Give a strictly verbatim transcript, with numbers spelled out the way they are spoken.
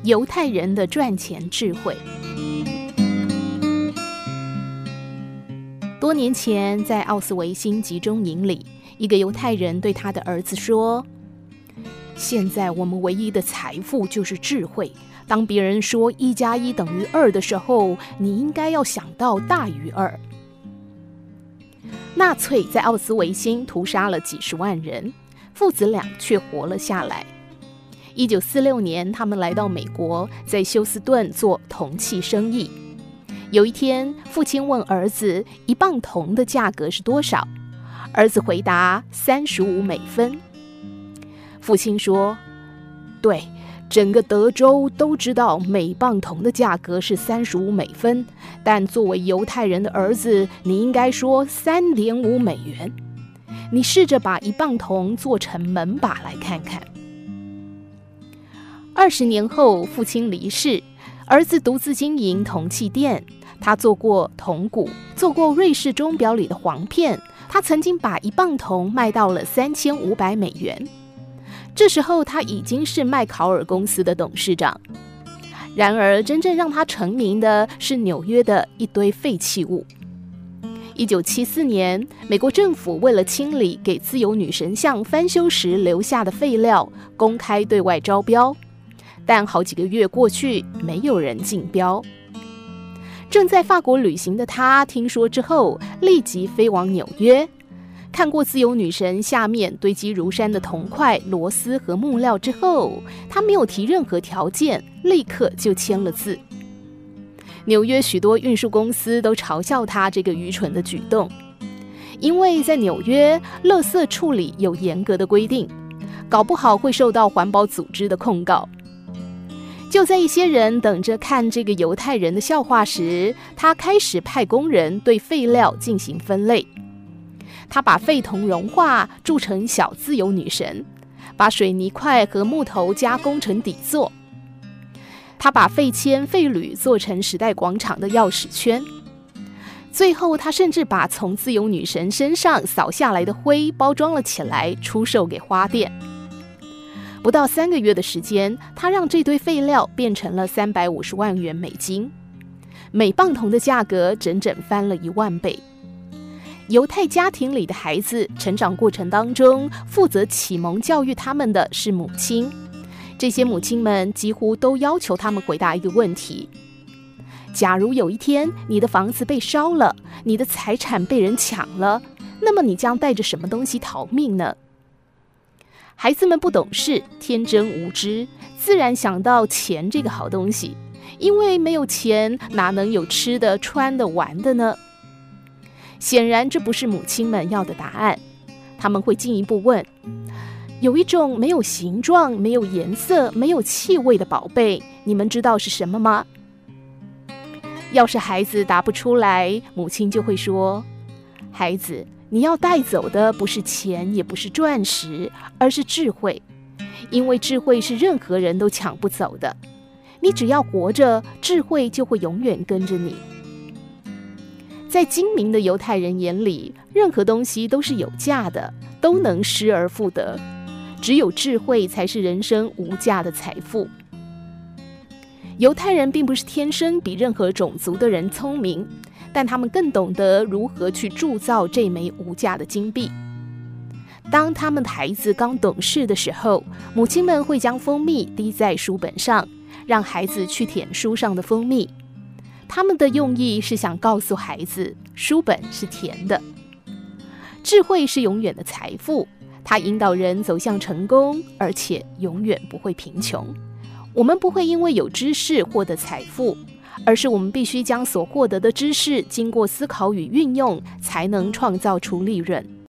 犹太人的赚钱智慧。多年前，在奥斯维辛集中营里，一个犹太人对他的儿子说：现在我们唯一的财富就是智慧，当别人说一加一等于二的时候，你应该要想到大于二。纳粹在奥斯维辛屠杀了几十万人，父子俩却活了下来。一九四六年，他们来到美国，在休斯顿做铜器生意。有一天，父亲问儿子一磅铜的价格是多少，儿子回答三十五美分。父亲说：对，整个德州都知道每磅铜的价格是三十五美分，但作为犹太人的儿子，你应该说三点五美元。你试着把一磅铜做成门把来看看。二十年后，父亲离世，儿子独自经营铜器店。他做过铜鼓，做过瑞士钟表里的簧片。他曾经把一磅铜卖到了三千五百美元。这时候他已经是麦考尔公司的董事长。然而，真正让他成名的是纽约的一堆废弃物。一九七四年，美国政府为了清理给自由女神像翻修时留下的废料，公开对外招标。但好几个月过去，没有人竞标。正在法国旅行的他听说之后，立即飞往纽约。看过自由女神下面堆积如山的铜块、螺丝和木料之后，他没有提任何条件，立刻就签了字。纽约许多运输公司都嘲笑他这个愚蠢的举动，因为在纽约，垃圾处理有严格的规定，搞不好会受到环保组织的控告。就在一些人等着看这个犹太人的笑话时，他开始派工人对废料进行分类。他把废铜融化铸成小自由女神，把水泥块和木头加工成底座。他把废铅、废铝做成时代广场的钥匙圈。最后，他甚至把从自由女神身上扫下来的灰包装了起来，出售给花店。不到三个月的时间，他让这堆废料变成了三百五十万元美金，每磅铜的价格整整翻了一万倍。犹太家庭里的孩子成长过程当中，负责启蒙教育他们的是母亲。这些母亲们几乎都要求他们回答一个问题：假如有一天你的房子被烧了，你的财产被人抢了，那么你将带着什么东西逃命呢？孩子们不懂事，天真无知，自然想到钱这个好东西，因为没有钱，哪能有吃的、穿的、玩的呢？显然，这不是母亲们要的答案。他们会进一步问：有一种没有形状、没有颜色、没有气味的宝贝，你们知道是什么吗？要是孩子答不出来，母亲就会说：孩子，你要带走的不是钱，也不是钻石，而是智慧，因为智慧是任何人都抢不走的。你只要活着，智慧就会永远跟着你。在精明的犹太人眼里，任何东西都是有价的，都能失而复得，只有智慧才是人生无价的财富。犹太人并不是天生比任何种族的人聪明，但他们更懂得如何去铸造这枚无价的金币。当他们的孩子刚懂事的时候，母亲们会将蜂蜜滴在书本上，让孩子去舔书上的蜂蜜。他们的用意是想告诉孩子，书本是甜的。智慧是永远的财富，它引导人走向成功，而且永远不会贫穷。我们不会因为有知识获得财富，而是我们必须将所获得的知识经过思考与运用，才能创造出利润。